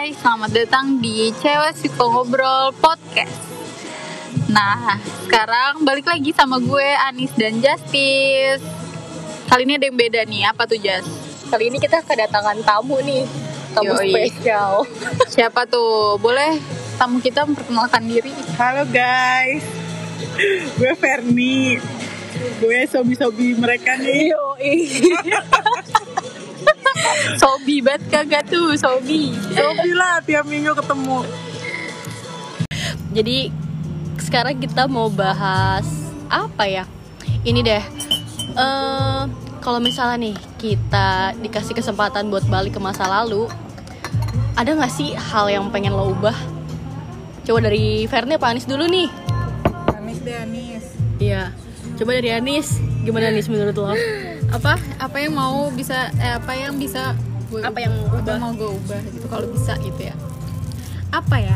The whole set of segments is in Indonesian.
Hai, selamat datang di Cewek Suka Ngobrol Podcast. Nah, sekarang balik lagi sama gue, Anis dan Justice. Kali ini ada yang beda nih, apa tuh Jas? Kali ini kita kedatangan tamu nih, tamu spesial. Siapa tuh? Boleh tamu kita memperkenalkan diri? Halo guys, gue Ferni. Gue sobi-sobi mereka nih. Sobi banget kagak tuh, Sobi lah, tiap minggu ketemu. Jadi sekarang kita mau bahas apa ya? Ini deh, kalau misalnya nih kita dikasih kesempatan buat balik ke masa lalu, ada nggak sih hal yang pengen lo ubah? Coba dari Ferni apa Anis dulu nih? Anis. Iya, coba dari Anis. Gimana Anis menurut lo? Apa yang mau bisa apa yang bisa gue Apa yang mau gue ubah gitu kalau bisa gitu ya. Apa ya?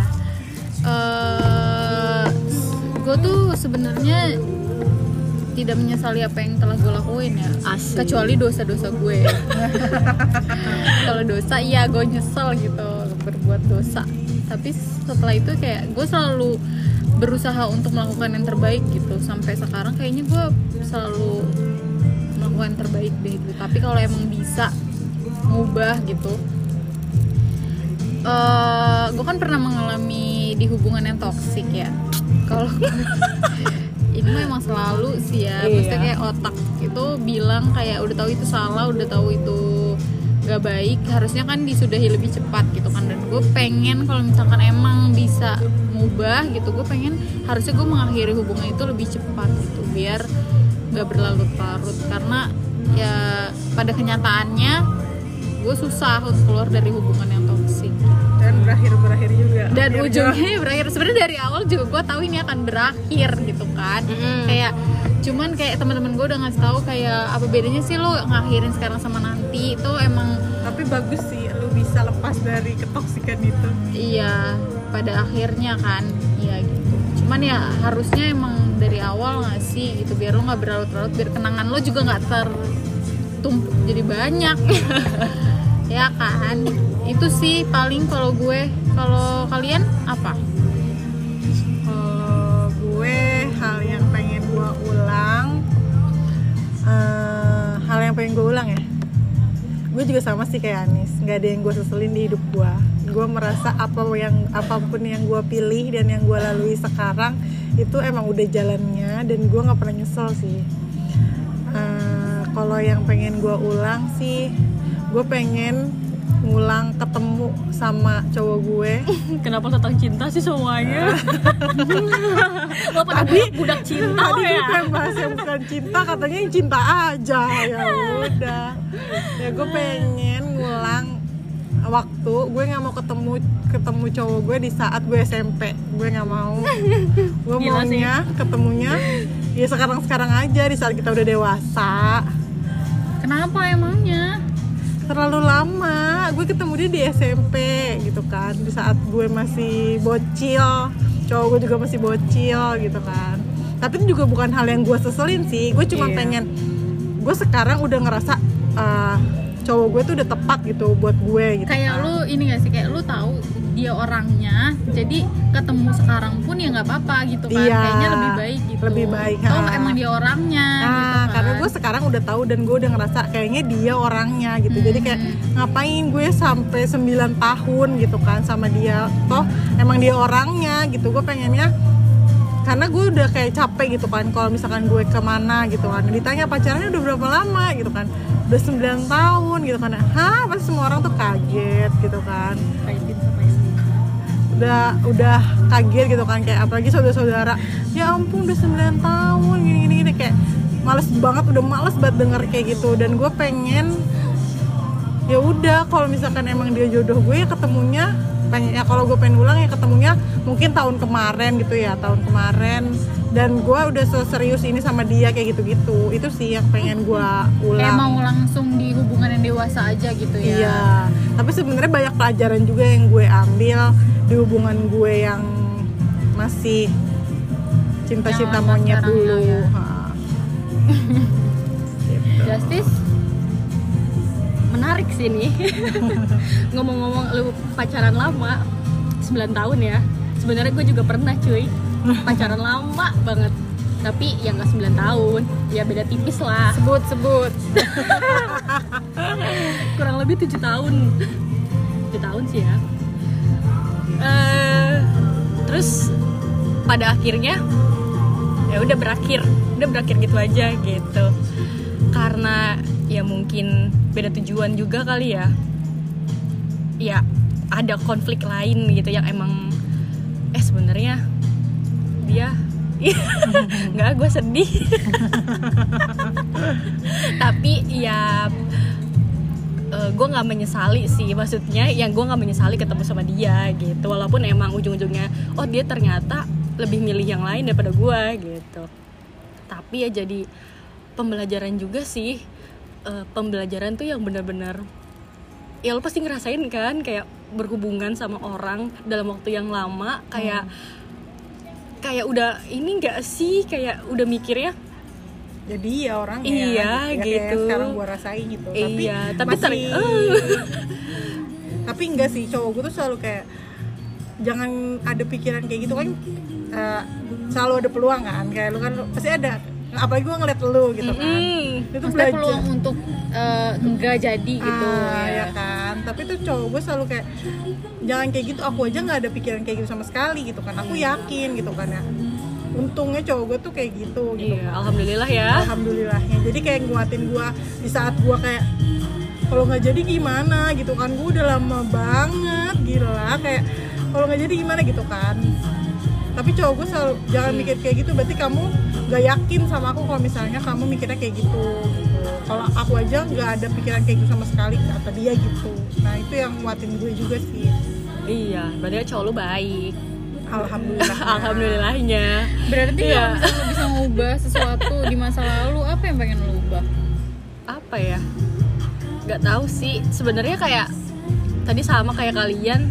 Gue tuh sebenarnya tidak menyesali apa yang telah gue lakuin ya. Asik. Kecuali dosa-dosa gue. Kalau dosa iya gue nyesel gitu berbuat dosa. Tapi setelah itu kayak gue selalu berusaha untuk melakukan yang terbaik gitu. Sampai sekarang kayaknya gue selalu melakukan yang terbaik deh gitu. Tapi kalau emang bisa ngubah gitu, gue kan pernah mengalami di hubungan yang toksik ya. Kalau ini mah emang selalu sih ya, maksudnya kayak otak itu bilang kayak udah tahu itu salah, udah tahu itu gak baik, harusnya kan disudahi lebih cepat gitu kan. Dan gue pengen kalau misalkan emang bisa ngubah gitu, gue pengen harusnya gue mengakhiri hubungan itu lebih cepat gitu, biar gak berlarut-larut. Karena ya pada kenyataannya gue susah untuk keluar dari hubungan yang toksik Dan berakhir juga. dan ujungnya berakhir. Sebenarnya dari awal juga gue tahu ini akan berakhir gitu kan. Kayak cuman kayak teman-teman gue udah ngasih tahu kayak apa bedanya sih lo ngakhirin sekarang sama nanti. Itu emang Tapi bagus sih, lu bisa lepas dari ketoksikan itu. iya pada akhirnya kan. Iya gitu. Cuman ya harusnya emang dari awal nggak sih gitu, biar lo nggak berlarut-larut, biar kenangan lo juga nggak tertumpuk jadi banyak. Ya kan. Itu sih paling kalau gue. Kalau kalian apa? Gue hal yang pengen gue ulang, ya. Gue juga sama sih kayak Anis, nggak ada yang gue seselin di hidup gue. Gue merasa apapun yang gue pilih dan yang gue lalui sekarang itu emang udah jalannya, dan gue nggak pernah nyesel sih. Kalau yang pengen gue ulang sih, gue pengen ngulang ketemu sama cowok gue. Kenapa tentang cinta sih semuanya? Lo pada budak cinta Tadi ya? gue pengen bahas yang bukan cinta, katanya yang cinta aja. Ya udah. Ya gue pengen ngulang waktu gue nggak mau ketemu cowok gue di saat gue SMP. Gue nggak mau. Gue maunya ketemunya ya sekarang aja, di saat kita udah dewasa. Kenapa emangnya? Terlalu lama. Gue ketemu dia di SMP gitu kan, di saat gue masih bocil, cowok gue juga masih bocil gitu kan. Tapi itu juga bukan hal yang gue seselin sih. Gue cuma pengen, gue sekarang udah ngerasa cowok gue tuh udah tepat gitu buat gue gitu. Kayak kan. lu ini gak sih, kayak lu tahu dia orangnya, jadi ketemu sekarang pun ya nggak apa-apa gitu kan. Iya, kayaknya lebih baik gitu. lebih baik, Tahu emang dia orangnya gitu kan. Karena gue sekarang udah tahu dan gue udah ngerasa kayaknya dia orangnya gitu. Jadi kayak ngapain gue sampai 9 tahun gitu kan sama dia, toh emang dia orangnya gitu. Gue pengennya, karena gue udah kayak capek gitu kan kalau misalkan gue kemana gitu kan ditanya pacarannya udah berapa lama gitu kan, udah 9 tahun gitu kan. Pasti semua orang tuh kaget gitu kan, udah kaget gitu kan, kayak apalagi saudara-saudara, ya ampun udah 9 tahun gini kayak males banget denger kayak gitu. Dan gue pengen ya udah, kalau misalkan emang dia jodoh gue ya ketemunya pengen, ya kalau gue pengen ulang ya ketemunya mungkin tahun kemarin gitu ya, tahun kemarin, dan gue udah serius ini sama dia kayak gitu-gitu. Itu sih yang pengen gue ulang. Kayak mau langsung di hubungan yang dewasa aja gitu ya. Iya, tapi sebenarnya banyak pelajaran juga yang gue ambil di hubungan gue yang masih cinta-cinta monyet dulu ya. gitu. Justice? menarik sih nih. Ngomong-ngomong lu pacaran lama 9 tahun ya. Sebenarnya gue juga pernah cuy pacaran lama banget. Tapi ya nggak 9 tahun, ya beda tipis lah. Sebut. Kurang lebih 7 tahun. 7 tahun sih ya. Terus pada akhirnya ya udah berakhir gitu aja gitu. Karena ya mungkin beda tujuan juga kali ya. Ya ada konflik lain gitu yang emang sebenarnya dia nggak, gue sedih. Tapi ya gue nggak menyesali sih, maksudnya yang gue nggak menyesali ketemu sama dia gitu, walaupun emang ujung-ujungnya dia ternyata lebih milih yang lain daripada gue gitu. Tapi ya jadi pembelajaran juga sih. Pembelajaran tuh yang benar-benar ya lo pasti ngerasain kan, kayak berhubungan sama orang dalam waktu yang lama, kayak udah ini nggak sih, kayak udah mikirnya jadi ya orangnya iya ya, gitu kayak sekarang gue rasain gitu. Iya, tapi masih tapi enggak sih, cowok gue tuh selalu kayak jangan ada pikiran kayak gitu kan. Selalu ada peluang kan, kayak lu kan pasti ada, apalagi gue ngeliat lu gitu kan. Itu maksudnya peluang untuk enggak jadi gitu ya kan. Tapi tuh cowok gue selalu kayak jangan kayak gitu, aku aja nggak ada pikiran kayak gitu sama sekali gitu kan, aku yakin gitu kan ya. Untungnya cowok gue tuh kayak gitu iya, alhamdulillah ya. Alhamdulillahnya, jadi kayak nguatin gue di saat gue kayak kalau nggak jadi gimana gitu kan. Gue udah lama banget gila, kayak kalau nggak jadi gimana gitu kan. Tapi cowok gue selalu jangan mikir kayak gitu, berarti kamu nggak yakin sama aku kalau misalnya kamu mikirnya kayak gitu. Kalau aku aja nggak ada pikiran kayak gitu sama sekali, kata dia gitu. Nah itu yang nguatin gue juga sih. Iya, berarti cowok lu baik. Alhamdulillah. Alhamdulillahnya. Berarti kalau misalnya lo bisa ngubah sesuatu di masa lalu, apa yang pengen lo ubah? Apa ya? Gak tahu sih. Sebenarnya kayak tadi sama kayak kalian,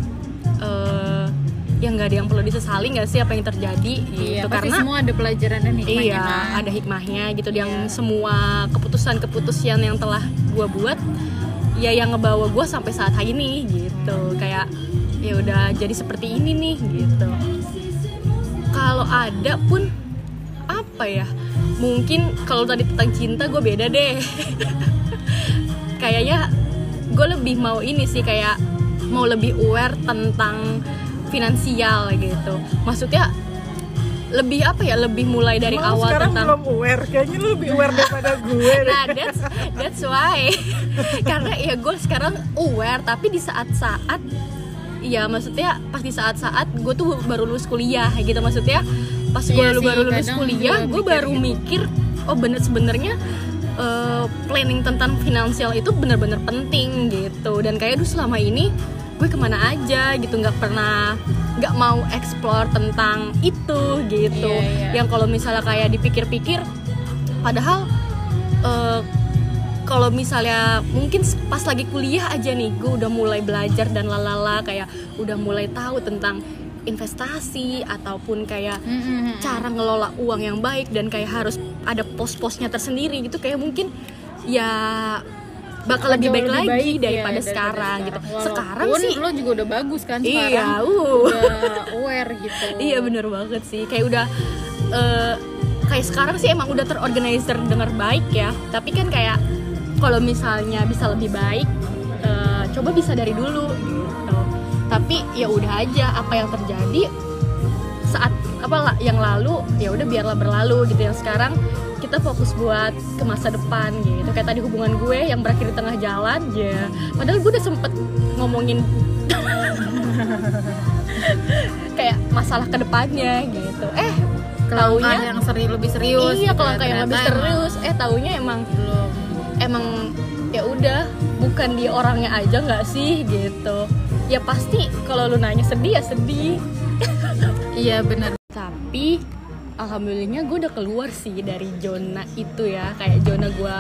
yang nggak ada yang perlu disesali nggak sih apa yang terjadi gitu. Iya, pasti karena semua ada pelajaran dan hikmahnya. Iya, ada hikmahnya gitu. Yang semua keputusan yang telah gue buat, ya yang ngebawa gue sampai saat ini gitu. Kayak ya udah jadi seperti ini nih gitu. Kalau ada pun apa ya, mungkin kalau tadi tentang cinta gue beda deh. Kayaknya gue lebih mau ini sih, kayak mau lebih aware tentang finansial gitu. Maksudnya lebih apa ya, lebih mulai dari awal sekarang tentang belum aware, kayaknya lu lebih aware daripada gue. Nah that's why. Karena ya gue sekarang aware, tapi di saat-saat ya maksudnya pas di saat-saat gue tuh baru lulus kuliah gitu. Maksudnya pas gue baru lulus kuliah, gue baru mikir sebenarnya planning tentang finansial itu benar-benar penting gitu. Dan kayak selama ini gue kemana aja gitu, nggak mau explore tentang itu gitu. Yang kalau misalnya kayak dipikir-pikir, padahal kalau misalnya mungkin pas lagi kuliah aja nih, gue udah mulai belajar dan lalala, kayak udah mulai tahu tentang investasi ataupun kayak cara ngelola uang yang baik, dan kayak harus ada pos-posnya tersendiri gitu. Kayak mungkin ya bakal lebih baik lagi daripada sekarang gitu. Walaupun sekarang sih lo juga udah bagus kan sekarang. Iya, udah aware gitu. Iya bener banget sih, kayak udah kayak sekarang sih emang udah terorganizer dengan baik ya. Tapi kan kayak kalau misalnya bisa lebih baik, coba bisa dari dulu gitu. Tapi ya udah aja, apa yang terjadi saat yang lalu ya udah biarlah berlalu gitu. Yang sekarang kita fokus buat ke masa depan gitu. Kayak tadi hubungan gue yang berakhir di tengah jalan ya. Padahal gue udah sempet ngomongin kayak masalah kedepannya gitu. Taunya yang lebih serius. Iya, kalau kayak lebih serius. Taunya emang belum. Emang ya udah, bukan dia orangnya aja nggak sih gitu. Ya pasti kalau lu nanya sedih ya sedih. Iya benar. Tapi alhamdulillahnya gue udah keluar sih dari zona itu ya. Kayak zona gue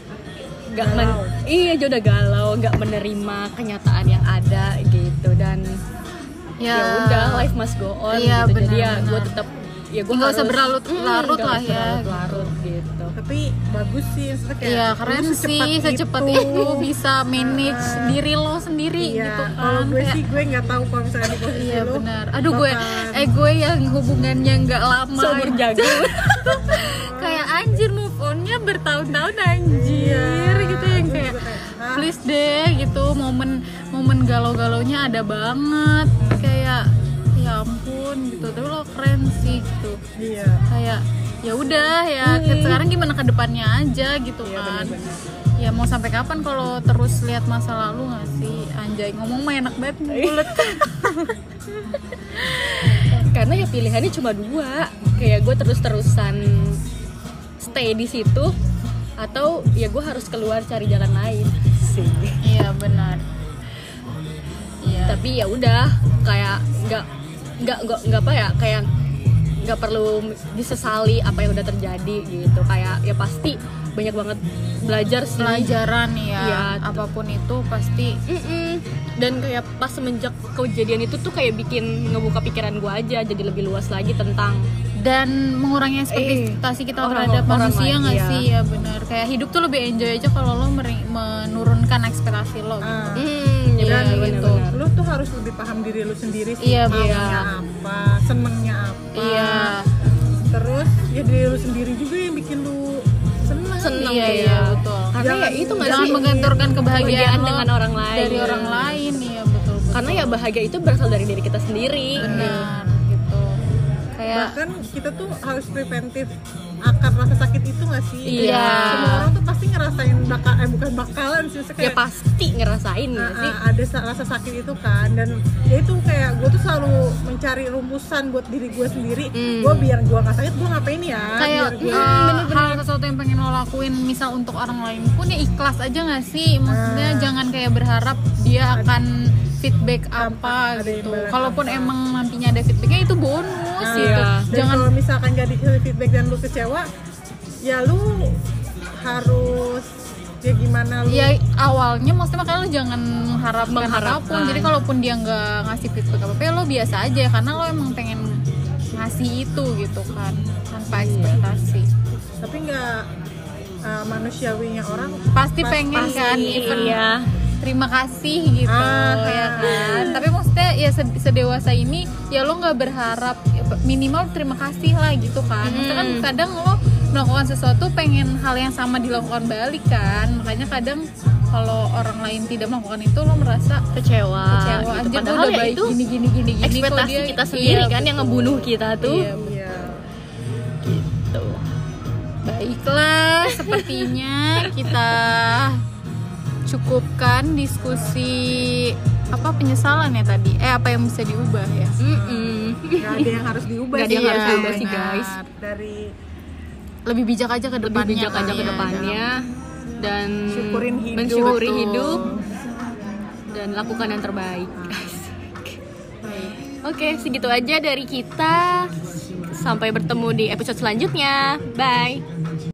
zona galau, nggak menerima kenyataan yang ada gitu. Dan ya udah, life must go on gitu. Jadi ya gue tetap ya gue nggak harus usah berlarut-larut lah ya. larut gitu. Tapi bagus sih, maksudnya kayak Iya keren lu sih, secepat itu bisa manage diri lo sendiri Iya, gitu kan. kalau gue Kayak- sih gue nggak tahu kalau misalnya di posisi Iya lu. benar. Aduh gue bahkan- gue yang hubungannya nggak lama Seumur aja. jagung. Kayak anjir move on-nya bertahun-tahun anjir gitu yang kayak please deh gitu, momen galau-galaunya ada banget kayak ya ampun gitu. Tapi lo keren sih gitu. Iya. Kayak ya udah ya sekarang gimana ke depannya aja gitu kan. Ya mau sampai kapan kalau terus lihat masa lalu nggak sih? Anjay ngomong mah enak banget mulut. Karena ya pilihannya cuma 2, kayak gue terus-terusan stay di situ atau ya gue harus keluar cari jalan lain sih. Iya benar. Iya. Tapi ya udah kayak nggak apa ya, kayak nggak perlu disesali apa yang udah terjadi gitu. Kayak ya pasti banyak banget belajar sih. Pelajaran ya, Iya, apapun itu pasti. Dan kayak pas semenjak kejadian itu tuh kayak bikin ngebuka pikiran gue aja jadi lebih luas lagi tentang Dan mengurangi ekspektasi kita terhadap orang manusia lain, nggak iya. sih? Ya benar. Kayak hidup tuh lebih enjoy aja kalau lo menurunkan ekspektasi lo gitu. iya Dan benar-benar. lu tuh harus lebih paham diri lu sendiri sih. Iya, maunya iya. apa, senengnya apa. Iya. Terus ya diri lu sendiri juga yang bikin lu seneng. Iya, iya betul. Karena ya itu nggak Jangan sih menggantungkan kebahagiaan kebahagiaan lo dengan orang lain dari orang lain, iya betul betul. karena ya bahagia itu berasal dari diri kita sendiri. benar gitu. Kayak Bahkan kita tuh harus preventif akan rasa sakit itu nggak sih? Iya. Semua orang tuh pasti ngerasain bukan bakalan sih, maksudnya Ya kayak pasti ngerasain nggak sih. ada rasa sakit itu kan. Dan ya itu kayak gue tuh selalu mencari rumusan buat diri gue sendiri. Gue biar gue nggak sakit, gue ngapain ya? kayak Biar gue hal sesuatu yang pengen lo lakuin misal untuk orang lain pun ya ikhlas aja nggak sih, maksudnya jangan kayak berharap dia akan feedback apa ada gitu. imbalan Kalaupun emang nantinya ada feedbacknya itu bonus gitu. Iya. dan Jangan kalau misalkan gak dikasih feedback dan lu kecewa, ya lu harus ya gimana lu ya awalnya maksudnya makanya lo jangan mengharapkan apapun. Jadi kalaupun dia nggak ngasih feedback apa apa, lo biasa aja karena lo emang pengen ngasih itu gitu kan tanpa ekspektasi. tapi nggak manusiawinya orang Pasti pengen kan even Iya. terima kasih gitu ya kan. Tapi maksudnya ya sedewasa ini ya lo nggak berharap minimal terima kasih lah gitu kan. Maksudnya kan kadang lo melakukan sesuatu pengen hal yang sama dilakukan balik kan. Makanya kadang kalau orang lain tidak melakukan itu lo merasa Kecewa kecewa gitu. anjir, Padahal gue udah ya baik itu gini ekspektasi kok dia, kita sendiri iya, kan yang betul. ngebunuh kita tuh. Iya, iya Gitu. baiklah, sepertinya kita cukupkan diskusi apa penyesalan ya tadi. Apa yang bisa diubah ya? nggak ada yang harus diubah Nggak ada yang sih, harus ya. diubah sih, guys. Dari Lebih bijak aja ke Lebih depannya. bijak aja kali ke ya. depannya dan syukurin hidup. mensyukuri Betul. hidup dan lakukan yang terbaik. Oke, segitu aja dari kita. Sampai bertemu di episode selanjutnya. Bye.